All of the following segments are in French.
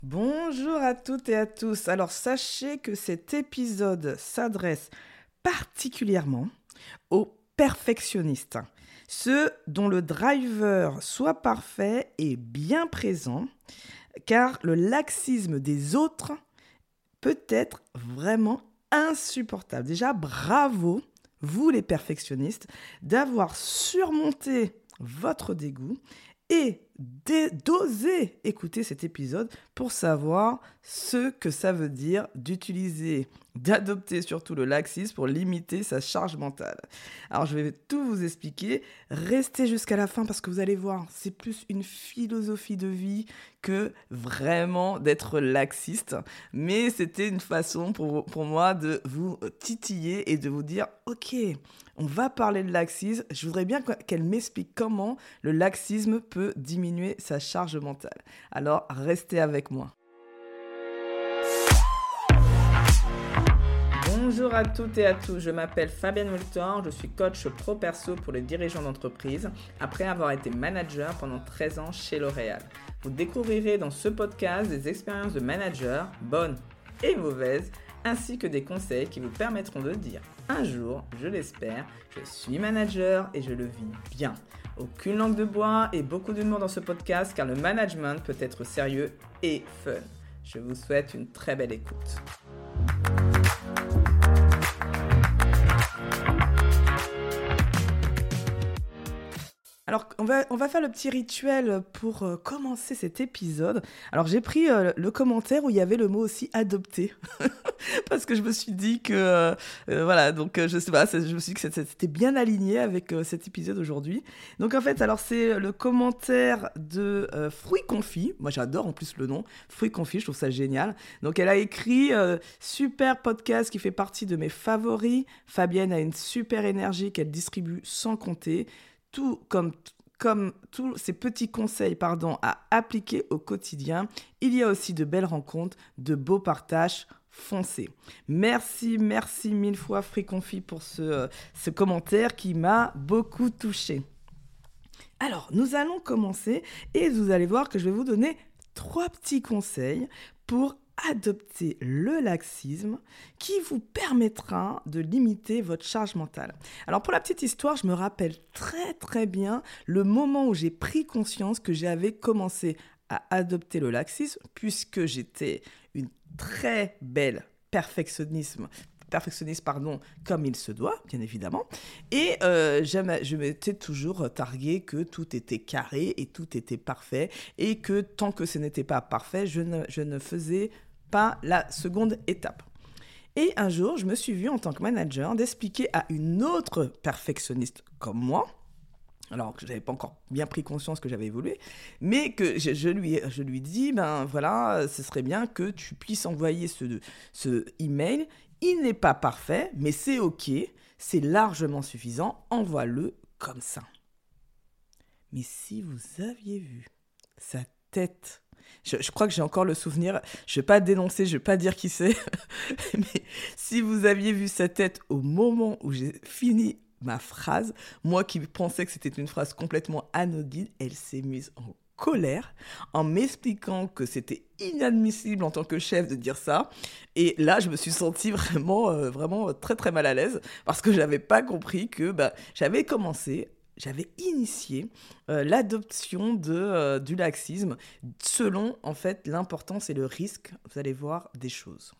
Bonjour à toutes et à tous. Alors sachez que cet épisode s'adresse particulièrement aux perfectionnistes, ceux dont le driver soit parfait et bien présent, car le laxisme des autres peut être vraiment insupportable. Déjà, bravo, vous les perfectionnistes, d'avoir surmonté votre dégoût et d'oser écouter cet épisode pour savoir ce que ça veut dire d'adopter surtout le laxisme pour limiter sa charge mentale. Alors je vais tout vous expliquer, restez jusqu'à la fin parce que vous allez voir, c'est plus une philosophie de vie que vraiment d'être laxiste, mais c'était une façon pour moi de vous titiller et de vous dire, ok, on va parler de laxisme, je voudrais bien qu'elle m'explique comment le laxisme peut diminuer sa charge mentale. Alors, restez avec moi. Bonjour à toutes et à tous, je m'appelle Fabienne Multor, je suis coach pro perso pour les dirigeants d'entreprise après avoir été manager pendant 13 ans chez L'Oréal. Vous découvrirez dans ce podcast des expériences de manager, bonnes et mauvaises, ainsi que des conseils qui vous permettront de dire un jour, je l'espère, je suis manager et je le vis bien. Aucune langue de bois et beaucoup d'humour dans ce podcast car le management peut être sérieux et fun. Je vous souhaite une très belle écoute. Alors, on va faire le petit rituel pour commencer cet épisode. Alors, j'ai pris le commentaire où il y avait le mot aussi « adopter ». Parce que je me suis dit que, voilà, donc je sais pas, je me suis dit que c'était bien aligné avec cet épisode aujourd'hui. Donc, en fait, alors c'est le commentaire de Fruits Confits. Moi, j'adore en plus le nom, Fruits Confits, je trouve ça génial. Donc, elle a écrit « Super podcast qui fait partie de mes favoris. Fabienne a une super énergie qu'elle distribue sans compter. » Tout comme tous ces petits conseils à appliquer au quotidien, il y a aussi de belles rencontres, de beaux partages. Foncez. Merci mille fois Free Confit pour ce commentaire qui m'a beaucoup touchée. Alors, nous allons commencer et vous allez voir que je vais vous donner 3 petits conseils pour adopter le laxisme qui vous permettra de limiter votre charge mentale. Alors pour la petite histoire, je me rappelle très bien le moment où j'ai pris conscience que j'avais commencé à adopter le laxisme puisque j'étais une très belle perfectionniste, comme il se doit, bien évidemment. Et je m'étais toujours targuée que tout était carré et tout était parfait et que tant que ce n'était pas parfait, je ne faisais pas la seconde étape. Et un jour, je me suis vue en tant que manager d'expliquer à une autre perfectionniste comme moi, alors que je n'avais pas encore bien pris conscience que j'avais évolué, mais que je lui dis, ben voilà, ce serait bien que tu puisses envoyer ce email. Il n'est pas parfait, mais c'est ok, c'est largement suffisant, envoie-le comme ça. Mais si vous aviez vu sa tête, je crois que j'ai encore le souvenir, je ne vais pas dénoncer, je ne vais pas dire qui c'est, mais si vous aviez vu sa tête au moment où j'ai fini ma phrase, moi qui pensais que c'était une phrase complètement anodine, elle s'est mise en colère en m'expliquant que c'était inadmissible en tant que chef de dire ça. Et là, je me suis sentie vraiment très mal à l'aise parce que j'avais pas compris que j'avais initié l'adoption du laxisme selon en fait l'importance et le risque, vous allez voir, des choses.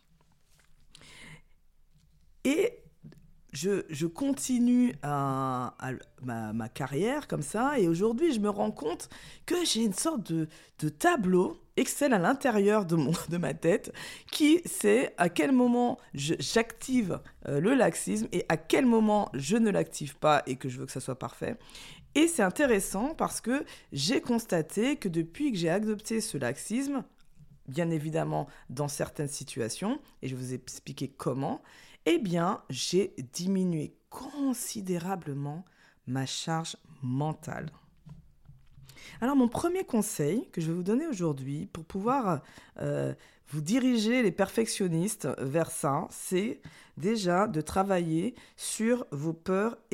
Et je continue ma carrière comme ça, et aujourd'hui, je me rends compte que j'ai une sorte de tableau Excel à l'intérieur de ma tête qui sait à quel moment j'active le laxisme et à quel moment je ne l'active pas et que je veux que ça soit parfait. Et c'est intéressant parce que j'ai constaté que depuis que j'ai adopté ce laxisme, bien évidemment dans certaines situations, et je vous ai expliqué comment, eh bien, j'ai diminué considérablement ma charge mentale. Alors, mon premier conseil que je vais vous donner aujourd'hui pour pouvoir vous diriger les perfectionnistes vers ça, c'est déjà de travailler sur vos peurs et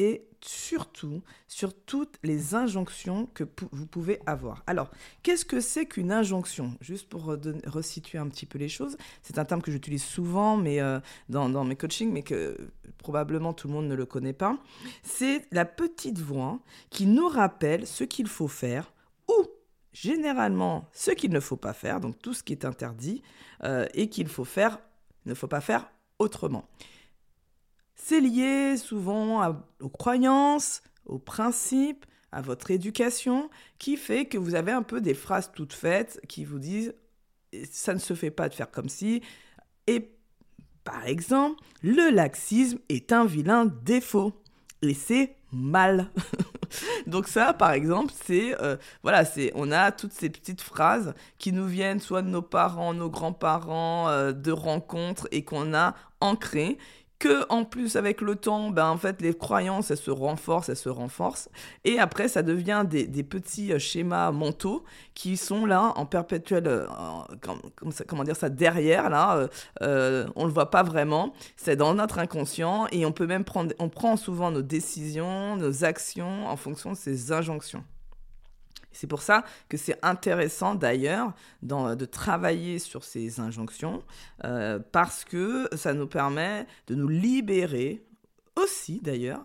surtout sur toutes les injonctions que vous pouvez avoir. Alors, qu'est-ce que c'est qu'une injonction? Juste pour resituer un petit peu les choses, c'est un terme que j'utilise souvent mais, dans mes coachings, mais que probablement tout le monde ne le connaît pas. C'est la petite voix qui nous rappelle ce qu'il faut faire ou généralement ce qu'il ne faut pas faire, donc tout ce qui est interdit et qu'il faut faire, ne faut pas faire autrement. C'est lié souvent aux croyances, aux principes, à votre éducation, qui fait que vous avez un peu des phrases toutes faites qui vous disent « ça ne se fait pas de faire comme ci ». Et par exemple, le laxisme est un vilain défaut et c'est mal. Donc ça, par exemple, on a toutes ces petites phrases qui nous viennent soit de nos parents, nos grands-parents, de rencontres et qu'on a ancrées, que en plus avec le temps, en fait les croyances elles se renforcent et après ça devient des petits schémas mentaux qui sont là en perpétuel, comment dire ça, derrière là, on le voit pas vraiment, c'est dans notre inconscient et on prend souvent nos décisions, nos actions en fonction de ces injonctions. C'est pour ça que c'est intéressant d'ailleurs de travailler sur ces injonctions parce que ça nous permet de nous libérer aussi d'ailleurs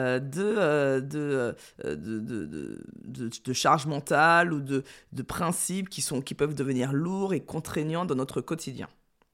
de charges mentales ou de principes qui peuvent devenir lourds et contraignants dans notre quotidien.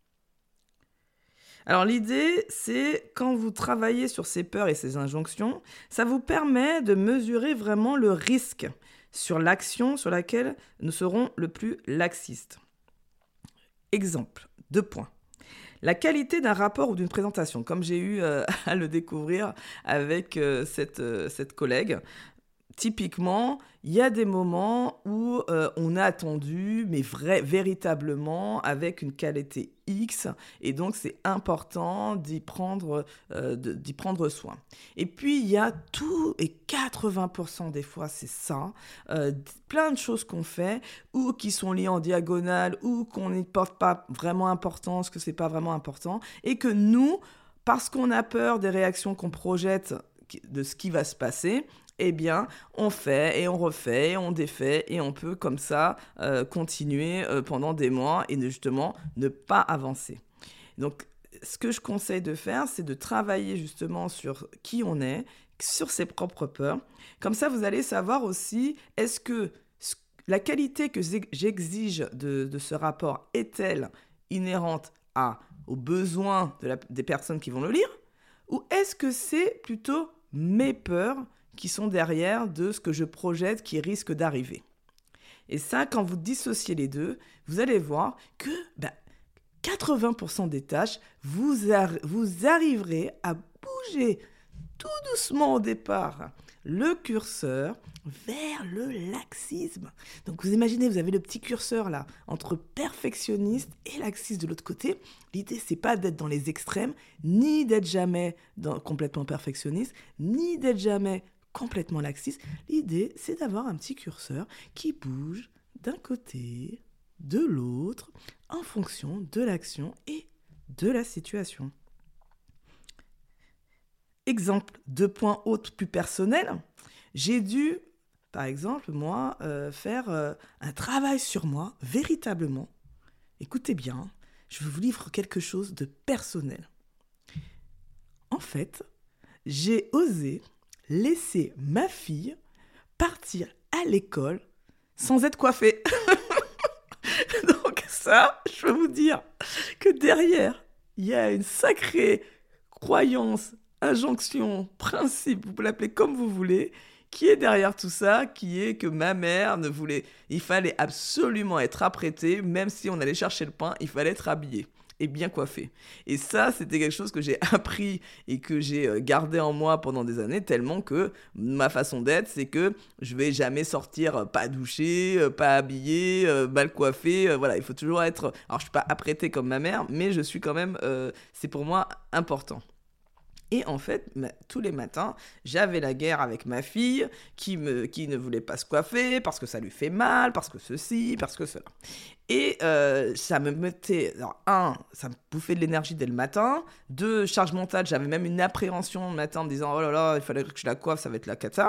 Alors l'idée, c'est quand vous travaillez sur ces peurs et ces injonctions, ça vous permet de mesurer vraiment le risque sur l'action sur laquelle nous serons le plus laxistes. Exemple, 2 points. La qualité d'un rapport ou d'une présentation, comme j'ai eu à le découvrir avec cette collègue. Typiquement, il y a des moments où on a attendu, mais véritablement avec une qualité X, et donc c'est important d'y prendre soin. Et puis, il y a tout, et 80% des fois, c'est ça, plein de choses qu'on fait, ou qui sont liées en diagonale, ou qu'on n'y porte pas vraiment importance, que c'est pas vraiment important, et que nous, parce qu'on a peur des réactions qu'on projette de ce qui va se passer, eh bien, on fait et on refait, et on défait et on peut comme ça continuer pendant des mois et justement ne pas avancer. Donc, ce que je conseille de faire, c'est de travailler justement sur qui on est, sur ses propres peurs. Comme ça, vous allez savoir aussi, est-ce que la qualité que j'exige de ce rapport est-elle inhérente aux besoins des personnes qui vont le lire, ou est-ce que c'est plutôt mes peurs qui sont derrière de ce que je projette qui risque d'arriver. Et ça, quand vous dissociez les deux, vous allez voir que 80% des tâches, vous arriverez à bouger tout doucement au départ le curseur vers le laxisme. Donc vous imaginez, vous avez le petit curseur là, entre perfectionniste et laxiste de l'autre côté. L'idée, c'est pas d'être dans les extrêmes, ni d'être jamais complètement perfectionniste, ni d'être jamais complètement laxiste. L'idée, c'est d'avoir un petit curseur qui bouge d'un côté, de l'autre, en fonction de l'action et de la situation. Exemple, 2 points autres plus personnels. J'ai dû, par exemple, moi, faire un travail sur moi, véritablement. Écoutez bien, je vous livre quelque chose de personnel. En fait, j'ai osé laisser ma fille partir à l'école sans être coiffée. Donc ça, je peux vous dire que derrière, il y a une sacrée croyance, injonction, principe, vous pouvez l'appeler comme vous voulez, qui est derrière tout ça, qui est que ma mère il fallait absolument être apprêté, même si on allait chercher le pain, il fallait être habillé et bien coiffé. Et ça, c'était quelque chose que j'ai appris et que j'ai gardé en moi pendant des années, tellement que ma façon d'être, c'est que je vais jamais sortir pas douché, pas habillé, mal coiffé. Voilà, il faut toujours être... Alors, je suis pas apprêté comme ma mère, mais je suis quand même... c'est pour moi important. Et en fait, tous les matins, j'avais la guerre avec ma fille qui ne voulait pas se coiffer parce que ça lui fait mal, parce que ceci, parce que cela. Et ça me mettait... Alors, ça me bouffait de l'énergie dès le matin. 2, charge mentale, j'avais même une appréhension le matin en me disant « Oh là là, il fallait que je la coiffe, ça va être la cata ».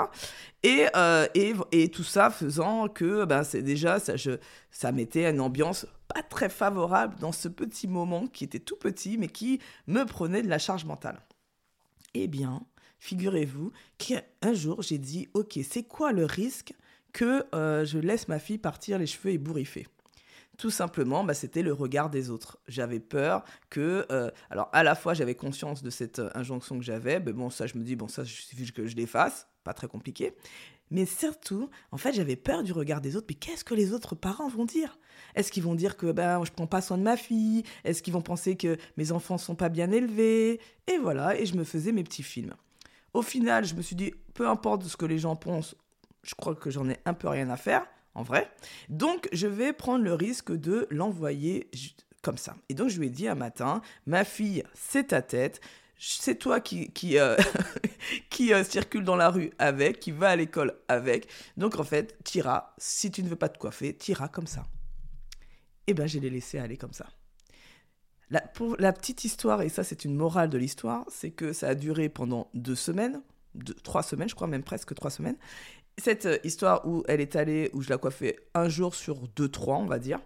Et tout ça faisant que c'est déjà, ça mettait une ambiance pas très favorable dans ce petit moment qui était tout petit, mais qui me prenait de la charge mentale. Eh bien, figurez-vous qu'un jour, j'ai dit « Ok, c'est quoi le risque que je laisse ma fille partir les cheveux ébouriffés ?» Tout simplement, c'était le regard des autres. J'avais peur que... alors, à la fois, j'avais conscience de cette injonction que j'avais. Mais bon, ça, je me dis, ça, il suffit que je l'efface. Pas très compliqué. Mais surtout, en fait, j'avais peur du regard des autres. Mais qu'est-ce que les autres parents vont dire ? Est-ce qu'ils vont dire que je prends pas soin de ma fille ? Est-ce qu'ils vont penser que mes enfants sont pas bien élevés ? Et voilà, et je me faisais mes petits films. Au final, je me suis dit, peu importe ce que les gens pensent, je crois que j'en ai un peu rien à faire, en vrai. Donc, je vais prendre le risque de l'envoyer comme ça. Et donc, je lui ai dit un matin, ma fille, c'est ta tête. C'est toi qui circule dans la rue avec, qui va à l'école avec. Donc, en fait, t'iras, si tu ne veux pas te coiffer, t'iras comme ça. Et je l'ai laissé aller comme ça. Pour la petite histoire, et ça, c'est une morale de l'histoire, c'est que ça a duré pendant 2 semaines, 3 semaines, je crois, même presque 3 semaines. Cette histoire où elle est allée, où je la coiffais un jour sur 2-3, on va dire.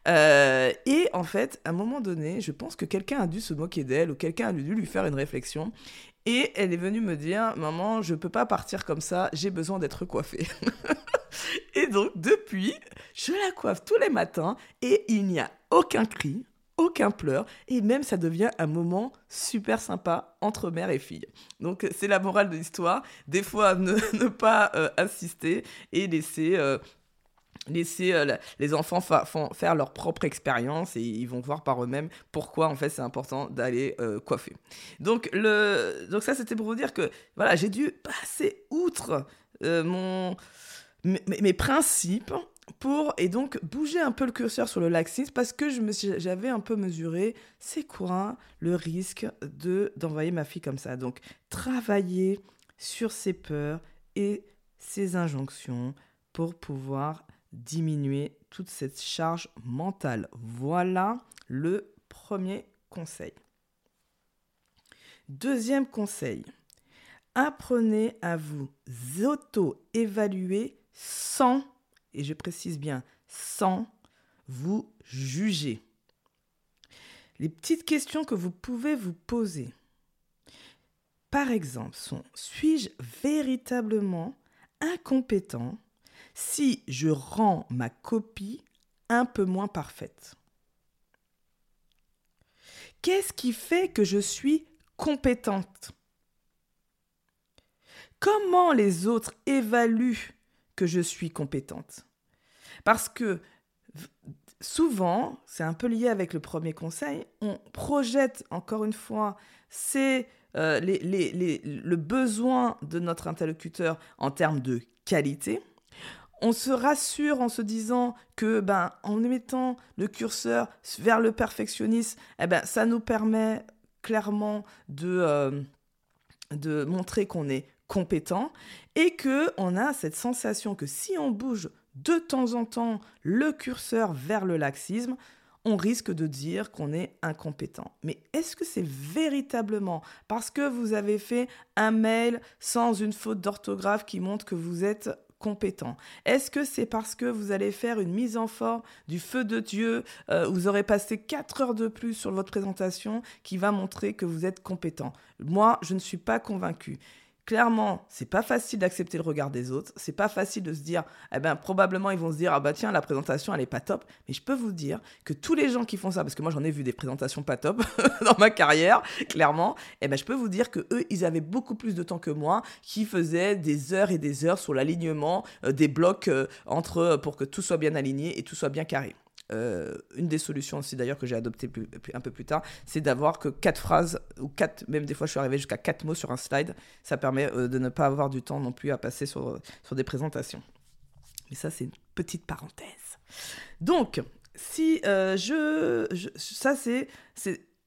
Et en fait, à un moment donné, je pense que quelqu'un a dû se moquer d'elle ou quelqu'un a dû lui faire une réflexion. Et elle est venue me dire « Maman, je ne peux pas partir comme ça, j'ai besoin d'être coiffée. » Et donc, depuis, je la coiffe tous les matins et il n'y a aucun cri, aucun pleur, et même ça devient un moment super sympa entre mère et fille. Donc c'est la morale de l'histoire, des fois ne pas insister et laisser les enfants faire leur propre expérience et ils vont voir par eux-mêmes pourquoi en fait c'est important d'aller coiffer. Donc ça c'était pour vous dire que voilà, j'ai dû passer outre mes principes et donc bouger un peu le curseur sur le laxisme parce que j'avais un peu mesuré c'est quoi le risque d'envoyer ma fille comme ça. Donc travailler sur ses peurs et ses injonctions pour pouvoir diminuer toute cette charge mentale. Voilà le premier conseil. Deuxième conseil, apprenez à vous auto-évaluer sans, et je précise bien, sans vous juger. Les petites questions que vous pouvez vous poser, par exemple, sont « Suis-je véritablement incompétent si je rends ma copie un peu moins parfaite ? Qu'est-ce qui fait que je suis compétente ? Comment les autres évaluent que je suis compétente ? Parce que souvent, c'est un peu lié avec le premier conseil, on projette encore une fois le besoin de notre interlocuteur en termes de qualité. On se rassure en se disant que, en mettant le curseur vers le perfectionnisme, ça nous permet clairement de montrer qu'on est compétent et qu'on a cette sensation que si on bouge de temps en temps le curseur vers le laxisme, on risque de dire qu'on est incompétent. Mais est-ce que c'est véritablement parce que vous avez fait un mail sans une faute d'orthographe qui montre que vous êtes compétent ? Est-ce que c'est parce que vous allez faire une mise en forme du feu de Dieu, vous aurez passé 4 heures de plus sur votre présentation qui va montrer que vous êtes compétent ? Moi, je ne suis pas convaincue. Clairement, c'est pas facile d'accepter le regard des autres. C'est pas facile de se dire, probablement ils vont se dire, tiens, la présentation elle est pas top. Mais je peux vous dire que tous les gens qui font ça, parce que moi j'en ai vu des présentations pas top dans ma carrière, clairement, je peux vous dire que eux, ils avaient beaucoup plus de temps que moi, qui faisaient des heures et des heures sur l'alignement des blocs pour que tout soit bien aligné et tout soit bien carré. Une des solutions aussi d'ailleurs que j'ai adoptée un peu plus tard, c'est d'avoir que 4 phrases ou 4, même des fois je suis arrivé jusqu'à 4 mots sur un slide. Ça permet de ne pas avoir du temps non plus à passer sur des présentations. Mais ça c'est une petite parenthèse. Donc si ça c'est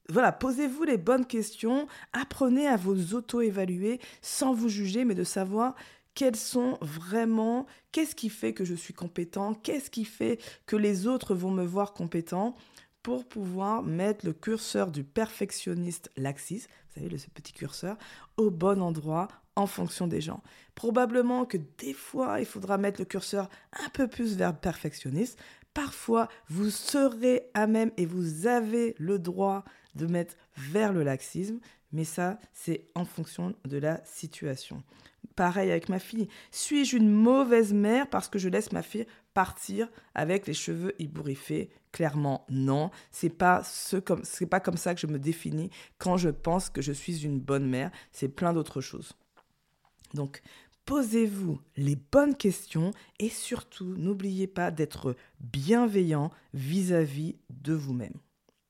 voilà, posez-vous les bonnes questions, apprenez à vous auto-évaluer sans vous juger, mais de savoir qu'est-ce qui fait que je suis compétent, qu'est-ce qui fait que les autres vont me voir compétent pour pouvoir mettre le curseur du perfectionniste laxiste, vous savez, ce petit curseur, au bon endroit en fonction des gens. Probablement que des fois, il faudra mettre le curseur un peu plus vers le perfectionniste. Parfois, vous serez à même et vous avez le droit de mettre vers le laxisme, mais ça, c'est en fonction de la situation. Pareil avec ma fille. Suis-je une mauvaise mère parce que je laisse ma fille partir avec les cheveux ébouriffés? Clairement, non. C'est pas comme ça que je me définis quand je pense que je suis une bonne mère. C'est plein d'autres choses. Donc, posez-vous les bonnes questions et surtout, n'oubliez pas d'être bienveillant vis-à-vis de vous-même.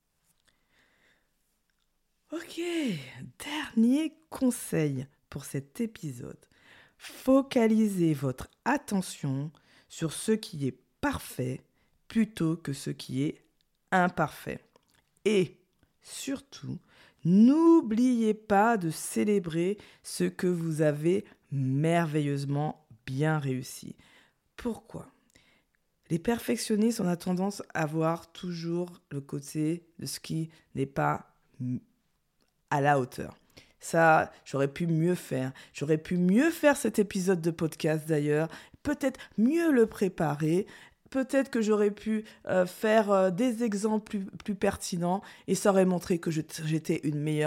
Ok, dernier conseil pour cet épisode. Focalisez votre attention sur ce qui est parfait plutôt que ce qui est imparfait. Et surtout, n'oubliez pas de célébrer ce que vous avez merveilleusement bien réussi. Pourquoi ? Les perfectionnistes, on a tendance à voir toujours le côté de ce qui n'est pas à la hauteur. Ça, j'aurais pu mieux faire. J'aurais pu mieux faire cet épisode de podcast d'ailleurs. Peut-être mieux le préparer. Peut-être que j'aurais pu faire des exemples plus pertinents et ça aurait montré que j'étais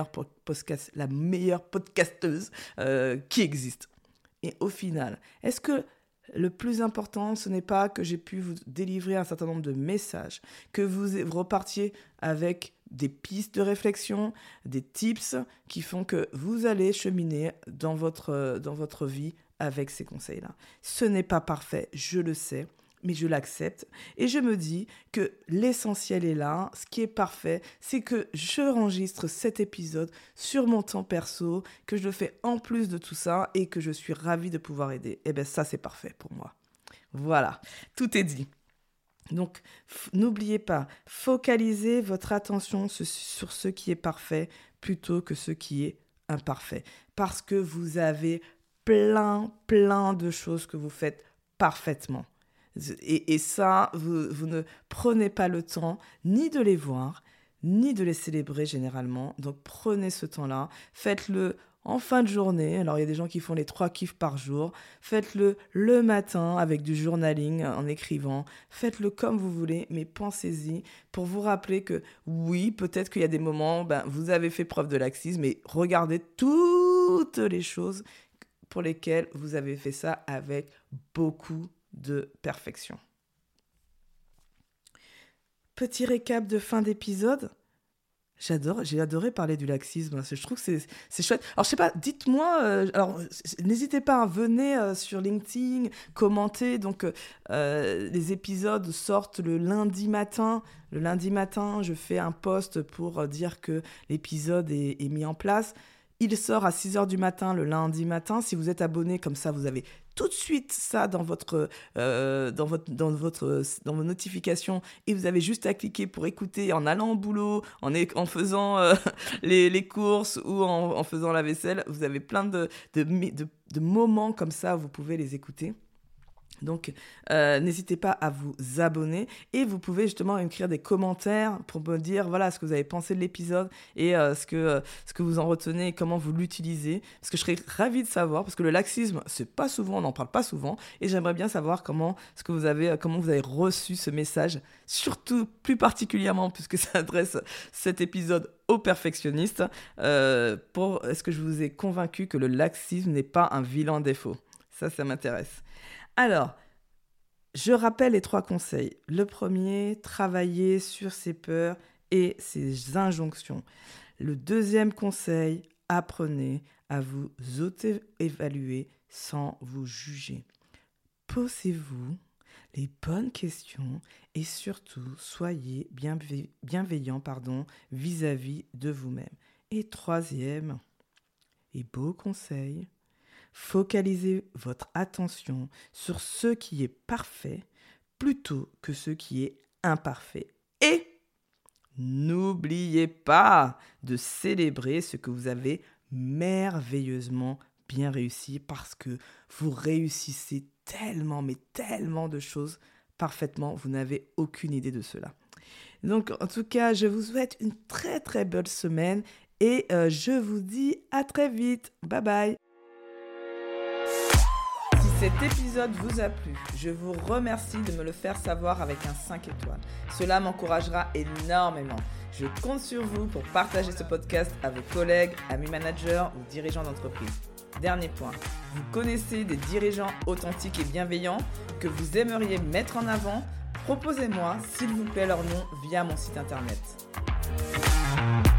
la meilleure podcasteuse qui existe. Et au final, est-ce que le plus important, ce n'est pas que j'ai pu vous délivrer un certain nombre de messages, que vous repartiez avec des pistes de réflexion, des tips qui font que vous allez cheminer dans votre vie avec ces conseils-là. Ce n'est pas parfait, je le sais, mais je l'accepte. Et je me dis que l'essentiel est là. Ce qui est parfait, c'est que je enregistre cet épisode sur mon temps perso, que je le fais en plus de tout ça et que je suis ravie de pouvoir aider. Et bien ça, c'est parfait pour moi. Voilà, tout est dit. Donc, n'oubliez pas, focalisez votre attention sur ce qui est parfait plutôt que ce qui est imparfait. Parce que vous avez plein de choses que vous faites parfaitement. Et ça, vous ne prenez pas le temps ni de les voir, ni de les célébrer généralement. Donc, prenez ce temps-là, faites-le en fin de journée. Alors, il y a des gens qui font les 3 kiffs par jour. Faites-le le matin avec du journaling en écrivant. Faites-le comme vous voulez, mais pensez-y pour vous rappeler que oui, peut-être qu'il y a des moments, vous avez fait preuve de laxisme, mais regardez toutes les choses pour lesquelles vous avez fait ça avec beaucoup de perfection. Petit récap de fin d'épisode. J'ai adoré parler du laxisme. Je trouve que c'est chouette. Alors, je sais pas, dites-moi, n'hésitez pas, venez sur LinkedIn, commentez. Donc, les épisodes sortent le lundi matin. Le lundi matin, je fais un post pour dire que l'épisode est mis en place. Il sort à 6h du matin le lundi matin. Si vous êtes abonné, comme ça, vous avez tout de suite ça dans vos notifications et vous avez juste à cliquer pour écouter en allant au boulot, en faisant les courses ou en faisant la vaisselle. Vous avez plein de moments comme ça où vous pouvez les écouter. Donc, n'hésitez pas à vous abonner et vous pouvez justement écrire des commentaires pour me dire voilà ce que vous avez pensé de l'épisode et ce que vous en retenez et comment vous l'utilisez. Parce que je serais ravie de savoir, parce que le laxisme, c'est pas souvent, on n'en parle pas souvent et j'aimerais bien savoir comment vous avez reçu ce message, surtout plus particulièrement puisque ça adresse cet épisode aux perfectionnistes. Est-ce que je vous ai convaincu que le laxisme n'est pas un vilain défaut ? Ça m'intéresse. Alors, je rappelle les 3 conseils. Le premier, travailler sur ses peurs et ses injonctions. Le deuxième conseil, apprenez à vous auto-évaluer sans vous juger. Posez-vous les bonnes questions et surtout, soyez bienveillant vis-à-vis de vous-même. Et troisième et beau conseil, focalisez votre attention sur ce qui est parfait plutôt que ce qui est imparfait. Et N'oubliez pas de célébrer ce que vous avez merveilleusement bien réussi parce que vous réussissez tellement, mais tellement de choses parfaitement. Vous n'avez aucune idée de cela. Donc, en tout cas, je vous souhaite une très, très belle semaine et je vous dis à très vite. Bye bye. Si cet épisode vous a plu, je vous remercie de me le faire savoir avec un 5 étoiles. Cela m'encouragera énormément. Je compte sur vous pour partager ce podcast à vos collègues, amis managers ou dirigeants d'entreprise. Dernier point, vous connaissez des dirigeants authentiques et bienveillants que vous aimeriez mettre en avant ? Proposez-moi, s'il vous plaît, leur nom via mon site internet.